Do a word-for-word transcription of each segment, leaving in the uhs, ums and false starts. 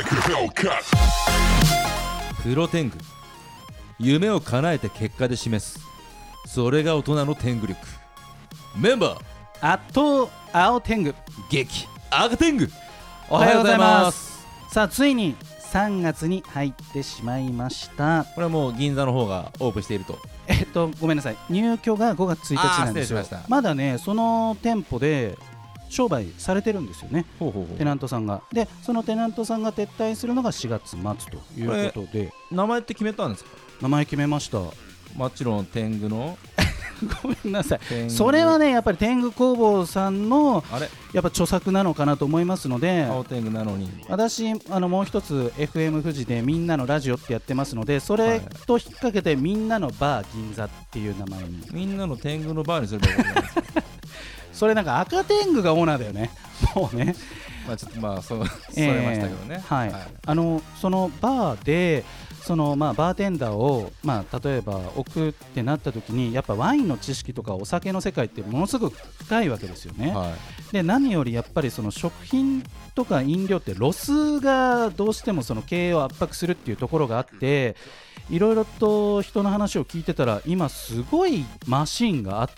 プロテング、夢を叶えて結果で示す、それが大人の天狗力。メンバーあと青天狗、 激赤天狗。 おはようございます。さあついにさんがつに入ってしまいました。 これはもう銀座の方がオープンしていると。 えっとごめんなさい、入居がごがつついたちなんですよ。 ま, まだねその店舗で商売されてるんですよね。 ほうほうほう。 テナントさんが。でそのテナントさんが撤退するのがしがつまつということで。 名前って決めたんですか？ 名前決めました。 もちろん天狗のごめんなさい、それはねやっぱり天狗工房さんのあれやっぱ著作なのかなと思いますので、 青天狗なのに私あのもう一つ エフエム 富士でみんなのラジオってやってますので、それと引っ掛けてみんなのバー銀座っていう名前に、 みんなの天狗のバーにすればいいことなんですか？ それなんか赤天狗がオーナーだよねもうねまあちょっとまあそうそれましたけどね、 えーはい、 はい、 あのそのバーでそのまあバーテンダーをまあ例えば置くってなった時にやっぱワインの知識とかお酒の世界ってものすごく深いわけですよね、はい、で何よりやっぱりその食品とか飲料ってロスがどうしてもその経営を圧迫するっていうところがあって、いろいろと人の話を聞いてたら今すごいマシンがあって、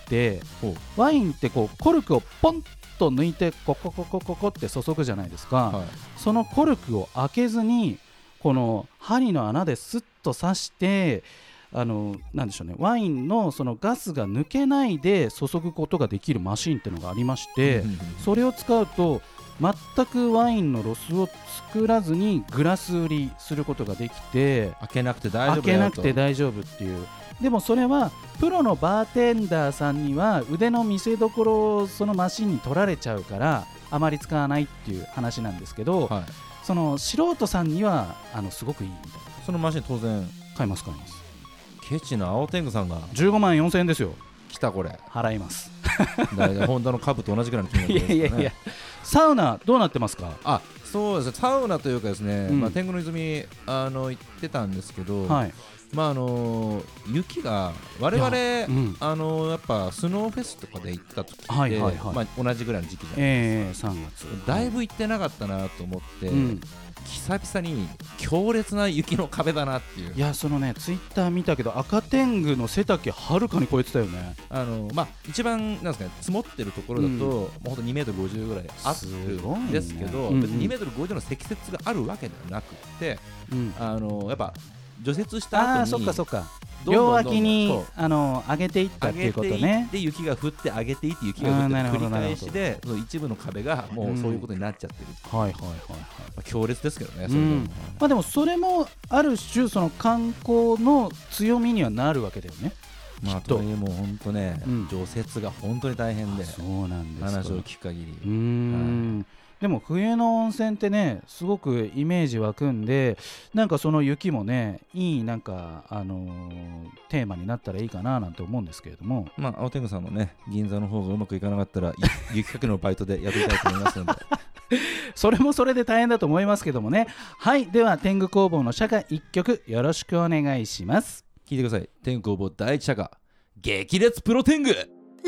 ワインってこうコルクをポンと抜いてココココココって注ぐじゃないですか、はい、そのコルクを開けずにこの針の穴でスッと刺してあのなんでしょうね、ワインのそのガスが抜けないで注ぐことができるマシンっていうのがありまして、それを使うと全くワインのロスを作らずにグラス売りすることができて、 開けなくて大丈夫開けなくて大丈夫っていう。でもそれはプロのバーテンダーさんには腕の見せ所をそのマシンに取られちゃうからあまり使わないっていう話なんですけど、はい、その素人さんにはあのすごくいいみたいな。 そのマシン当然買います買います。 ケチの青天狗さんがじゅうごまんよんせんえんですよ。 来たこれ払いますだいたいホンダの株と同じくらいの金額ですかね。いやいやいや、 サウナどうなってますか？ あ、そうですね、サウナというかですね、うん、まあ、天狗の泉あの行ってたんですけど、はい、まああのー、雪が我々、うん、あのー、やっぱスノーフェスとかで行った時って、はいはいはい、まあ、同じぐらいの時期じゃないですか、えー、さんがつだいぶ行ってなかったなと思って、うん、久々に強烈な雪の壁だなっていう。 いやそのねツイッター見たけど赤天狗の背丈はるかに超えてたよね。 あのー、まあ一番なんですかね、積もってるところだと、うん、もうほんとにメートルごじゅうぐらいあるんですけど、ね、別ににメートルごじゅうの積雪があるわけではなくて、うん、あのー、やっぱ除雪した後にあそっかそっか両脇にあの上げていったっていうことね。 で雪が降って上げていって雪が降って繰り返しでその一部の壁がもうそういうことになっちゃってる、うん、はいはいはいはい、まあ、強烈ですけどね、それでも、うん、 まあ、でもそれもある種その観光の強みにはなるわけだよね。 まあ、とはいえもう本当ね、うん、除雪が本当に大変で、 そうなんです、 話を聞く限り、 うーん、はい、でも冬の温泉ってねすごくイメージ湧くんで、なんかその雪もねいいなんか、あのー、テーマになったらいいかななんて思うんですけれども、 まあ青天狗さんのね銀座の方がうまくいかなかったら雪かきのバイトでやってみたいと思いますのでそれもそれで大変だと思いますけどもね。はい、では天狗工房の社歌いっきょくよろしくお願いします。 聞いてください。天狗工房第一社歌激烈プロ天狗。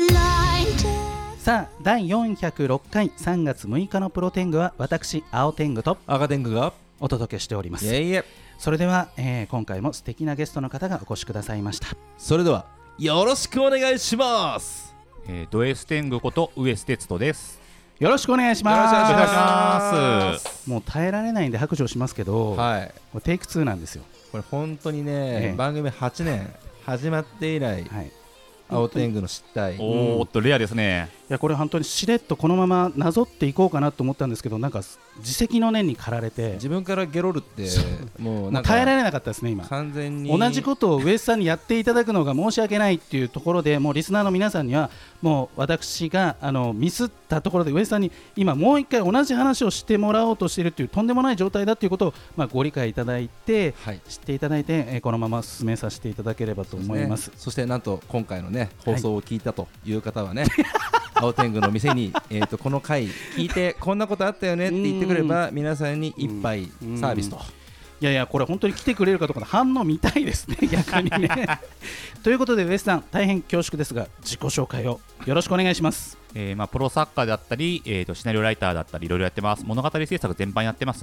さあだいよんひゃくろっかいさんがつむいかのプロ天狗は私青天狗と赤天狗がお届けしております。 いえいえ。 それでは、えー、今回も素敵なゲストの方がお越しくださいました。 それではよろしくお願いします、 えー、ド S 天狗こと上須哲人です。 よろしくお願いします。 よろしくお願いします。 もう耐えられないんで白状しますけど、はい、これテイクツーなんですよ。 これ本当にね、ええ、番組はちねん始まって以来、はい、青天狗の失態、 おーっとレアですね。 いやこれ本当にしれっとこのままなぞっていこうかなと思ったんですけど、なんか自責の念に駆られて自分からゲロるってもうなんか耐えられなかったですね。今完全に同じことを上須さんにやっていただくのが申し訳ないっていうところで、もうリスナーの皆さんにはもう私があのミスったところで上須さんに今もう一回同じ話をしてもらおうとしているっていうとんでもない状態だっていうことを、まあ、ご理解いただいて、はい、知っていただいて、えー、このまま進めさせていただければと思います。 そ, ね、そしてなんと今回のね放送を聞いたという方はね、はい青天狗の店に、えー、とこの回聞いてこんなことあったよねって言ってくれば皆さんに一杯サービスと。 いやいやこれ本当に来てくれるかとか反応見たいですね逆にねということで上須さん大変恐縮ですが自己紹介をよろしくお願いします。 えーまあ、プロ作家だったり、えー、とシナリオライターだったりいろいろやってます。物語制作全般やってますね。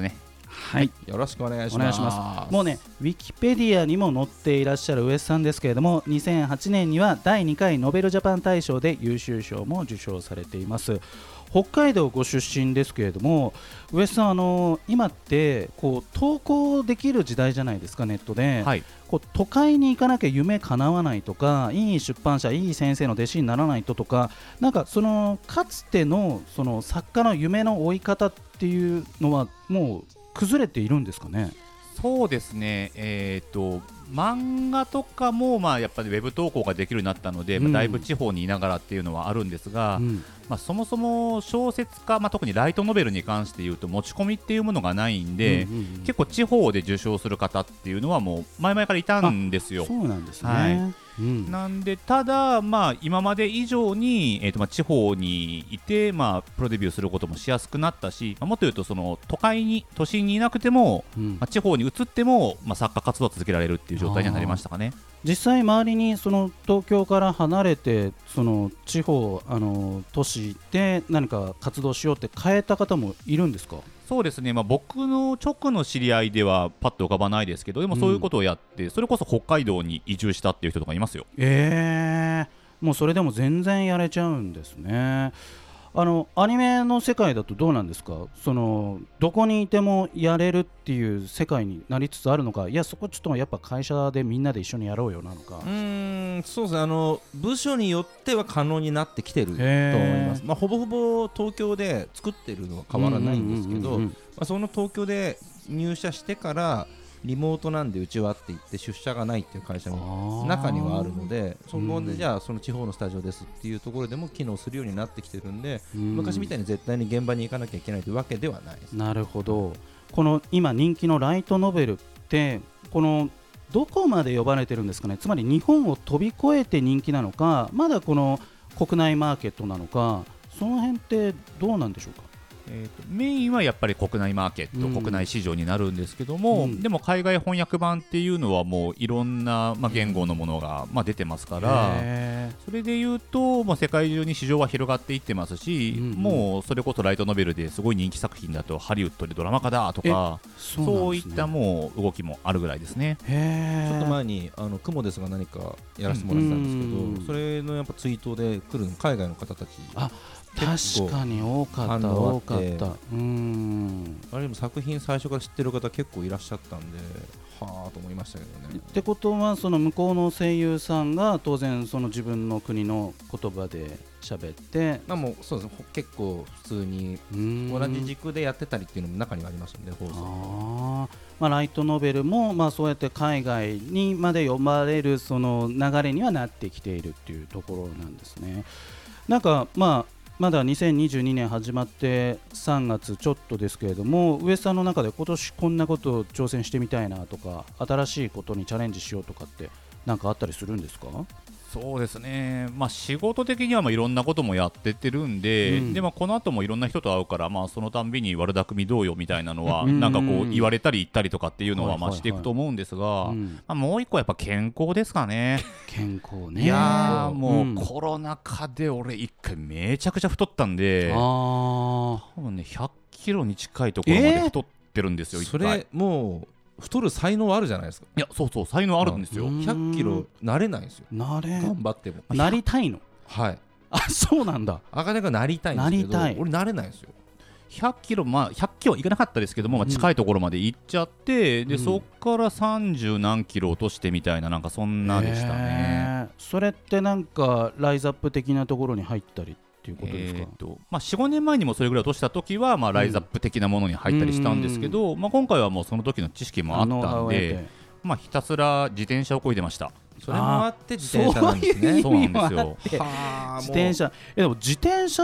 はい、 よろしくお願いします。 ますもうねウィキペディアにも載っていらっしゃるウエスさんですけれども、にせんはちねんにはだいにかいノベルジャパン大賞で優秀賞も受賞されています。北海道ご出身ですけれども、ウエスさん、あの今ってこう投稿できる時代じゃないですか、ネットで、はい、こう都会に行かなきゃ夢叶わないとか、いい出版社、いい先生の弟子にならないととか、なんかそのかつてのその作家の夢の追い方っていうのはもう崩れているんですかね。 そうですね、えー、と漫画とかもまあやっぱりウェブ投稿ができるようになったので、うんまあ、だいぶ地方にいながらっていうのはあるんですが、うんまあ、そもそも小説家、まあ、特にライトノベルに関して言うと持ち込みっていうものがないんで、うんうんうん、結構地方で受賞する方っていうのはもう前々からいたんですよ。 そうなんですね、 はいうん、なんでただ、まあ、今まで以上に、えーとまあ、地方にいて、まあ、プロデビューすることもしやすくなったし、まあ、もっと言うとその都会に都心にいなくても、うんまあ、地方に移っても、まあ、作家活動を続けられるっていう状態にはなりましたかね。 実際周りにその東京から離れてその地方あの都市で何か活動しようって変えた方もいるんですか。 そうですね、まあ、僕の直の知り合いではパッと浮かばないですけど、でもそういうことをやって、うん、それこそ北海道に移住したっていう人とかいますよ。 えー、もうそれでも全然やれちゃうんですね。あのアニメの世界だとどうなんですか。そのどこにいてもやれるっていう世界になりつつあるのか、いやそこちょっとやっぱ会社でみんなで一緒にやろうよなのか。 うーんそうですね、あの部署によっては可能になってきてると思います。まあ、ほぼほぼ東京で作ってるのは変わらないんですけど、その東京で入社してからリモートなんでうちはって言って出社がないっていう会社も中にはあるので、そこでじゃあその地方のスタジオですっていうところでも機能するようになってきてるんで、昔みたいに絶対に現場に行かなきゃいけないというわけではないです。 なるほど。この今人気のライトノベルってこのどこまで呼ばれてるんですかね。つまり日本を飛び越えて人気なのか、まだこの国内マーケットなのか、その辺ってどうなんでしょうか。 えーと、メインはやっぱり国内マーケット、うん、国内市場になるんですけども、うん、でも海外翻訳版っていうのはもういろんな、まあ、言語のものが、まあ、出てますから、それでいうと、まあ、世界中に市場は広がっていってますし、うんうん、もうそれこそライトノベルですごい人気作品だとハリウッドでドラマ化だとか、 そ, う、ね、そういったもう動きもあるぐらいですね。 へちょっと前にあの雲ですが何かやらせてもらってたんですけど、うん、それのやっぱツイートで来る海外の方たち、 あ確かに多かった多かった。うーんあれでも作品最初から知ってる方結構いらっしゃったんで、はあと思いましたけどね。 ってことはその向こうの声優さんが当然その自分の国の言葉で喋って、 まあ、もうそうです結構普通に同じ軸でやってたりっていうのも中にはありますので、放送あ、まあ、ライトノベルもまあそうやって海外にまで読まれるその流れにはなってきているっていうところなんですね。なんかまあまだにせんにじゅうにねん始まってさんがつちょっとですけれども、ウエスさんの中で今年こんなことを挑戦してみたいなとか、新しいことにチャレンジしようとかって何かあったりするんですか。 そうですね、まあ、仕事的にはまあいろんなこともやってってるんで、うん、でまあ、この後もいろんな人と会うから、まあ、そのたんびに悪巧みどうよみたいなのは、うん、なんかこう言われたり言ったりとかっていうのはまあしていくと思うんですが、はいはいはい、まあ、もう一個やっぱ健康ですかね。 健康ね。 いやもうコロナ禍で俺一回めちゃくちゃ太ったんで、あ多分ねひゃっキロに近いところまで太ってるんですよ、 えー、それもう太る才能あるじゃないですか。 いやそうそう才能あるんですよ。 ひゃっキロなれないんですよ。 なれ頑張ってもなりたいの。 はい。 あそうなんだ。 あかねがなりたいんですけど、俺なれないんですよ。 ひゃっキロ、まあひゃっキロいかなかったですけども、まあ、近いところまで行っちゃって、うん、でそっからさんじゅうなんキロ落としてみたいな、なんかそんなでしたね。 それってなんかライズアップ的なところに入ったりっていうことですか。えーとまあ、よん、ごねんまえにもそれぐらい落とした時は、まあ、ライズアップ的なものに入ったりしたんですけど、うん、まあ、今回はもうその時の知識もあったんで、まあ、ひたすら自転車をこいでました。 それもあって自転車なんですね。 そうなんですよ。 自転車えでも自転車って、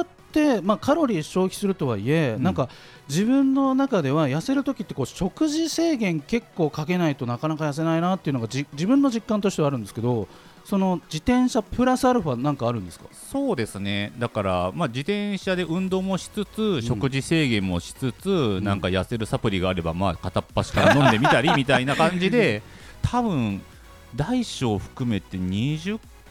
まあ、カロリー消費するとはいえ、うん、なんか自分の中では痩せるときってこう食事制限結構かけないとなかなか痩せないなっていうのがじ自分の実感としてはあるんですけど、その自転車プラスアルファなんかあるんですか。 そうですね、だから、まあ、自転車で運動もしつつ、うん、食事制限もしつつ、うん、なんか痩せるサプリがあれば、まあ、片っ端から飲んでみたりみたいな感じで多分大小含めてにじゅっ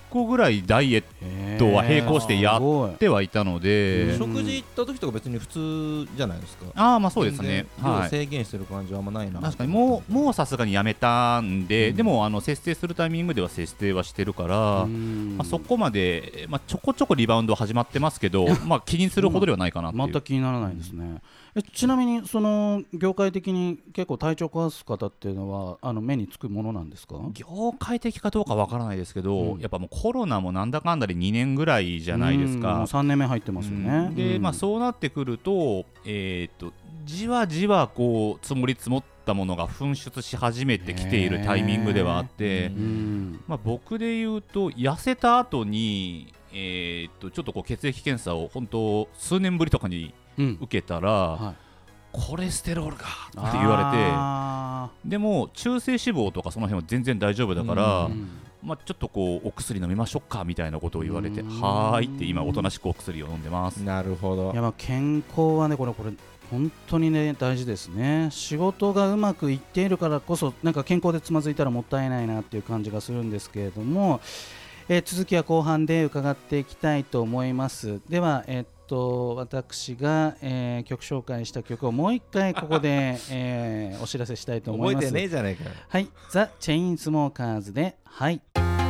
個ぐらいダイエットは並行してやってはいたので、 食事行った時とか別に普通じゃないですか。 ああまあそうですね、 はい、制限してる感じはあんまないな。 確かにもうもうさすがにやめたんで、うん、でもあの節制するタイミングでは節制はしてるから、まあ、そこまで、まあ、ちょこちょこリバウンド始まってますけどまあ気にするほどではないかなっていう。 全く気にならないですね。えちなみにその業界的に結構体調壊す方っていうのはあの目につくものなんですか？ 業界的かどうかわからないですけど、うん、やっぱもうコロナもなんだかんだでにねんぐらいじゃないですか。 もうさんねんめ入ってますよね、 うん、で、まあ、そうなってくると、えー、っとじわじわこう積もり積もったものが噴出し始めてきているタイミングではあって、まあ、僕で言うと痩せた後に、えー、っとちょっとこう血液検査を本当数年ぶりとかに受けたら、うんはい、コレステロールかって言われて、でも中性脂肪とかその辺は全然大丈夫だから、うんまあ、ちょっとこうお薬飲みましょうかみたいなことを言われて、はーいって今おとなしくお薬を飲んでます。 なるほど。 いやまあ健康はねこれこれ本当にね大事ですね。仕事がうまくいっているからこそなんか健康でつまずいたらもったいないなっていう感じがするんですけれども、えー、続きは後半で伺っていきたいと思います。では、えーと私が、えー、曲紹介した曲をもう一回ここで、えー、お知らせしたいと思います。 覚えてねえじゃないかよ。 はい、ザ・チェインスモーカーズではい。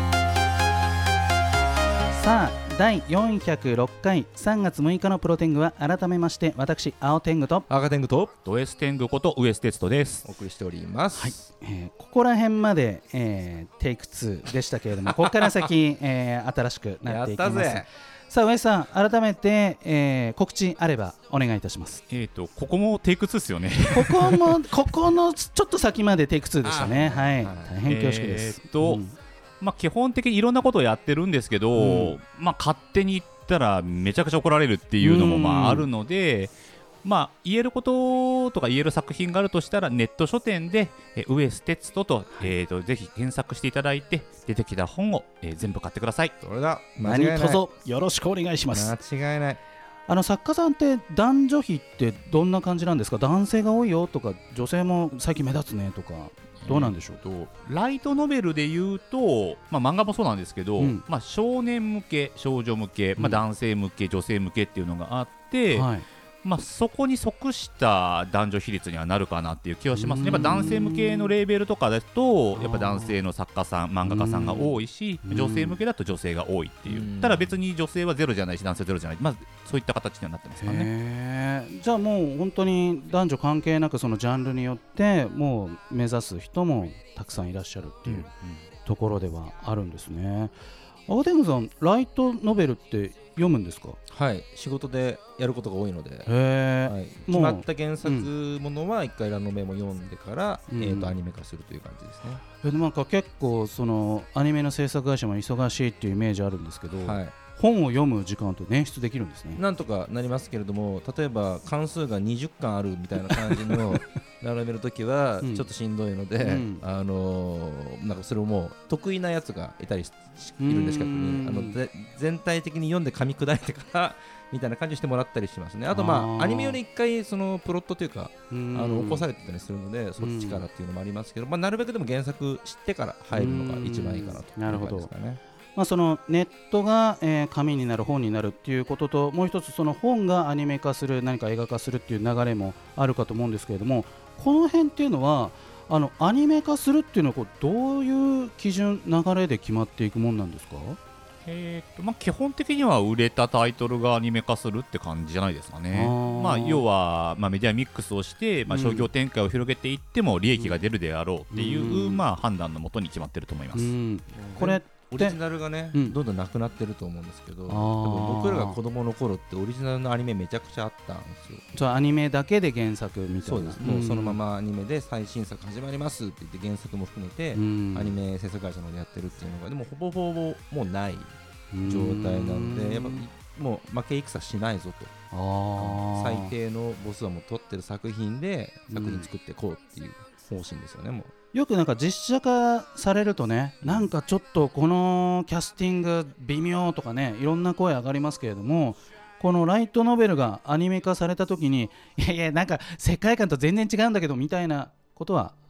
さあだいよんひゃくろっかいさんがつむいかのプロテングは改めまして私青天狗と赤天狗とド S 天狗ことウエステツトです。 お送りしております。 はいえー、ここら辺まで、えー、テイクツーでしたけれどもここから先、えー、新しくなっていきます。やったぜ。さあ上さん改めて、えー、告知あればお願いいたします。 えーとここもテイクツーですよね。 ここもここのちょっと先までテイクツーでしたね。はい、はい、大変恐縮です。 えーと、うんまあ、基本的にいろんなことをやってるんですけど、うんまあ、勝手に言ったらめちゃくちゃ怒られるっていうのもまああるので、まあ、言えることとか言える作品があるとしたらネット書店でえウエステツトと、えー、とぜひ検索していただいて出てきた本を、えー、全部買ってください。 それだ何卒よろしくお願いします。 間違いない。 あの作家さんって男女比ってどんな感じなんですか？男性が多いよとか女性も最近目立つねとかどうなんでしょう。 えー、とライトノベルでいうと、まあ、漫画もそうなんですけど、うんまあ、少年向け少女向け、まあ、男性向け、うん、女性向けっていうのがあって、はいまあ、そこに即した男女比率にはなるかなっていう気はしますね。やっぱ男性向けのレーベルとかだとやっぱ男性の作家さん漫画家さんが多いし、女性向けだと女性が多いっていう。ただ別に女性はゼロじゃないし男性ゼロじゃない、まあ、そういった形にはなってますからね。 じゃあもう本当に男女関係なくそのジャンルによってもう目指す人もたくさんいらっしゃるっていうところではあるんですね。青天狗さんライトノベルって読むんですか？ はい、仕事でやることが多いので、 へ、 はい、決まった原作ものは一回ラノベも読んでから、うんえー、とアニメ化するという感じですね。 えなんか結構そのアニメの制作会社も忙しいっていうイメージあるんですけど、はい、本を読む時間って捻出できるんですね。 なんとかなりますけれども、例えば関数がにじゅっかんあるみたいな感じの並べるときはちょっとしんどいので、うん、あのー、なんかそれをもう得意なやつがいたりいるんですけど、あので全体的に読んで噛み砕いてからみたいな感じしてもらったりしますね。あとまあアニメより一回そのプロットというかあの起こされてたりするので、そっちからっていうのもありますけど、まあ、なるべくでも原作知ってから入るのが一番いいかなという感じですかね。 まあ、そのネットが、えー、紙になる本になるっていうことと、もう一つその本がアニメ化する何か映画化するっていう流れもあるかと思うんですけれども、この辺っていうのはあのアニメ化するっていうのはこうどういう基準流れで決まっていくもんなんですか？ えーとまあ、基本的には売れたタイトルがアニメ化するって感じじゃないですかね。まあ、要は、まあ、メディアミックスをして、まあ、商業展開を広げていっても利益が出るであろうっていう、うんまあ、判断のもとに決まってると思います。うん、 これオリジナルがね、うん、どんどんなくなってると思うんですけど、僕らが子供の頃ってオリジナルのアニメめちゃくちゃあったんですよ。 じゃあアニメだけで原作みたいな。 そうです、うん、もうそのままアニメで最新作始まりますって言って原作も含めて、うん、アニメ制作会社のでやってるっていうのがでもほぼほぼもうない状態なので、やっぱもう負け戦しないぞと、あ最低のボスはもう撮ってる作品で作品作っていこうっていう方針ですよね。もうよくなんか実写化されるとね、なんかちょっとこのキャスティング微妙とかね、いろんな声上がりますけれども、このライトノベルがアニメ化された時にいやいやなんか世界観と全然違うんだけどみたいなことは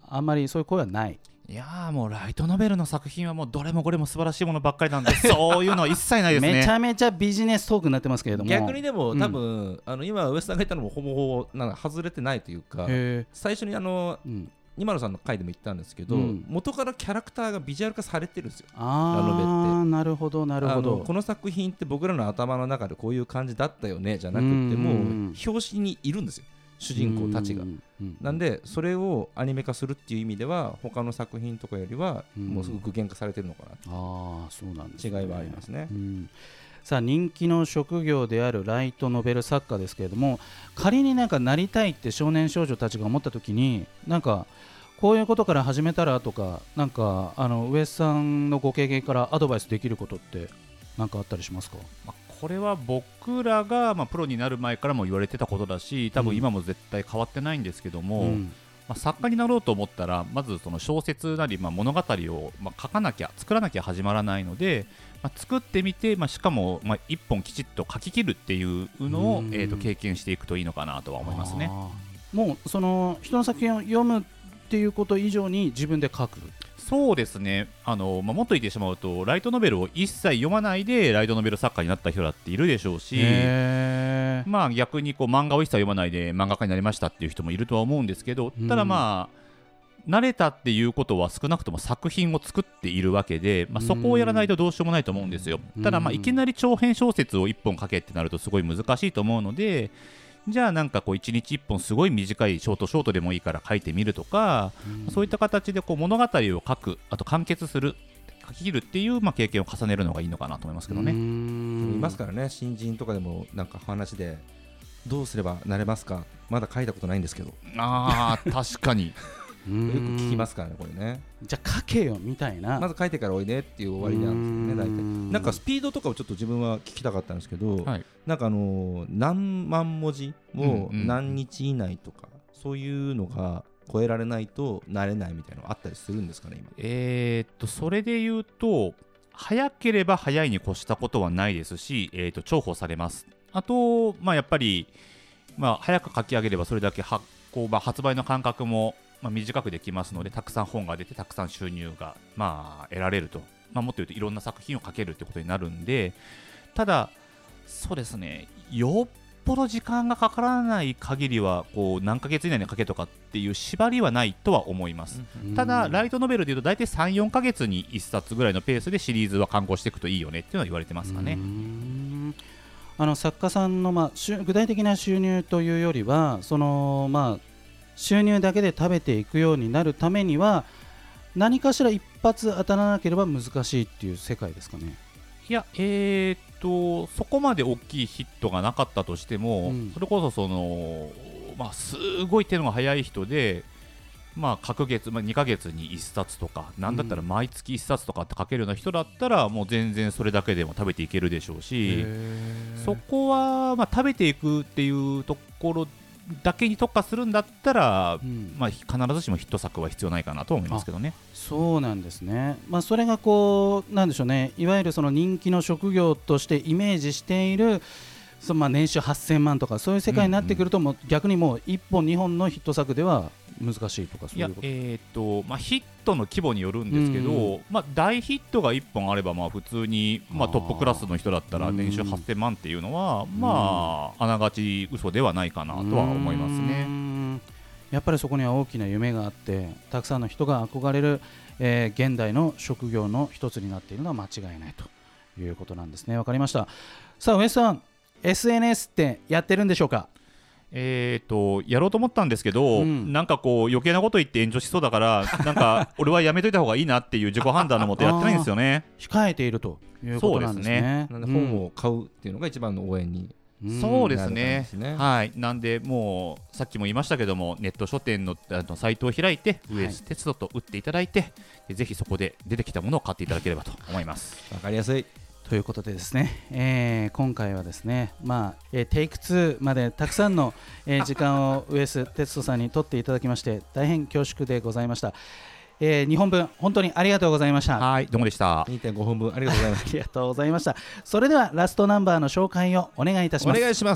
あんまりそういう声はない？ いやーもうライトノベルの作品はもうどれもこれも素晴らしいものばっかりなんでそういうのは一切ないですね。 めちゃめちゃビジネストークになってますけれども、 逆にでも多分、うん、あの今上田さんが言ったのもほぼほぼなんか外れてないというか、最初にあの、うん、にまるさんの回でも言ったんですけど、うん、元からキャラクターがビジュアル化されてるんですよ、 あラノベって。なるほどなるほど。 この作品って僕らの頭の中でこういう感じだったよねじゃなくて、もう表紙にいるんですよ主人公たちが。なんでそれをアニメ化するっていう意味では他の作品とかよりはもうすぐ具現化されてるのかな。 あそうなんですね。 違いはありますね。うんさあ人気の職業であるライトノベル作家ですけれども、仮になんかなりたいって少年少女たちが思った時になんかこういうことから始めたらとか、なんかあの上さんのご経験からアドバイスできることって何かあったりしますか？ まあこれは僕らが、まあ、プロになる前からも言われてたことだし、多分今も絶対変わってないんですけども、うんまあ、作家になろうと思ったらまずその小説なり、まあ、物語を、まあ、書かなきゃ作らなきゃ始まらないので、まあ、作ってみて、まあ、しかも、まあ、一本きちっと書き切るっていうのを、えーと経験していくといいのかなとは思いますね。 もうその人の作品を読むっていうこと以上に自分で書く。 そうですね、あの、まあ、もっと言ってしまうとライトノベルを一切読まないでライトノベル作家になった人だっているでしょうし、まあ、逆にこう漫画を一切読まないで漫画家になりましたっていう人もいるとは思うんですけど、ただまあ慣れたっていうことは少なくとも作品を作っているわけで、まあ、そこをやらないとどうしようもないと思うんですよ。ただまあいきなり長編小説をいっぽん書けってなるとすごい難しいと思うので、じゃあなんかこういちにちいっぽんすごい短いショートショートでもいいから書いてみるとか、うん、そういった形でこう物語を書く、あと完結する、書き切るっていう、まあ、経験を重ねるのがいいのかなと思いますけどね。うーんいますからね、新人とかでもなんか話でどうすればなれますか、まだ書いたことないんですけど。 あー確かによく聞きますからねこれね。 じゃあ書けよみたいな、 まず書いてからおいでっていう終わりなんですよね大体。なんかスピードとかをちょっと自分は聞きたかったんですけど、はい、なんかあのー、何万文字を何日以内とか、うんうん、そういうのが超えられないとなれないみたいなのあったりするんですかね今。 えー、っとそれで言うと早ければ早いに越したことはないですし、えー、っと重宝されます。あと、まあ、やっぱり、まあ、早く書き上げればそれだけ発行、まあ、発売の間隔もまあ、短くできますので、たくさん本が出てたくさん収入が、まあ、得られると、まあ、もっと言うといろんな作品を書けるということになるんで、ただそうですね、よっぽど時間がかからない限りはこう何ヶ月以内に書けとかっていう縛りはないとは思います。ただライトノベルでいうと大体 さん,よん ヶ月にいっさつぐらいのペースでシリーズは刊行していくといいよねっていうのは言われてますかね。うーんあの作家さんの、まあ、具体的な収入というよりはその、まあ収入だけで食べていくようになるためには何かしら一発当たらなければ難しいっていう世界ですかね。 いや、えー、っとそこまで大きいヒットがなかったとしても、うん、それこそその、まあ、すごい手の早い人で、まあ、各月、まあ、にかげつにいっさつとかなんだったら毎月いっさつとかって書けるような人だったら、うん、もう全然それだけでも食べていけるでしょうし、そこは、まあ、食べていくっていうところだけに特化するんだったら、うんまあ、必ずしもヒット作は必要ないかなと思いますけどね。 そうなんですね、まあ、それがこうなんでしょうね、いわゆるその人気の職業としてイメージしているそのまあ年収はっせんまんとかそういう世界になってくると、もう逆にもういっぽんにほんのヒット作では難しいとかそういうこと。 いや、えーっとまあ、ヒットの規模によるんですけど、うんうんまあ、大ヒットがいっぽんあればまあ普通に、まあ、トップクラスの人だったら年収はっせんまんっていうのは、うん、まああながち嘘ではないかなとは思いますね。 うんやっぱりそこには大きな夢があってたくさんの人が憧れる、えー、現代の職業の一つになっているのは間違いないということなんですね。わかりました。さあ上さん エスエヌエス ってやってるんでしょうか？ えー、とやろうと思ったんですけど、うん、なんかこう余計なこと言って炎上しそうだからなんか俺はやめといた方がいいなっていう自己判断のもとやってないんですよね。 控えているということなんですね。 そうですね。なんで本を買うっていうのが一番の応援に、 うん、そうですね、はい、なんでもうさっきも言いましたけどもネット書店 の, あのサイトを開いて、はい、ウエス鉄道と打っていただいてぜひそこで出てきたものを買っていただければと思います。 わかりやすいということでですね、えー、今回はですね、まあえー、テイクツーまでたくさんの、えー、時間をウエステツトさんに取っていただきまして大変恐縮でございました。えー、にほんぶん本当にありがとうございました。 はい、どうもでした。 にてんご 分分ありがとうございましたありがとうございました。それではラストナンバーの紹介をお願いいたします。 お願いします。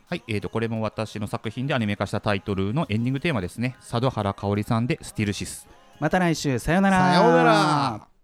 はい、えーとこれも私の作品でアニメ化したタイトルのエンディングテーマですね。佐渡原香織さんでスティルシス。 また来週、さようなら。 さようなら。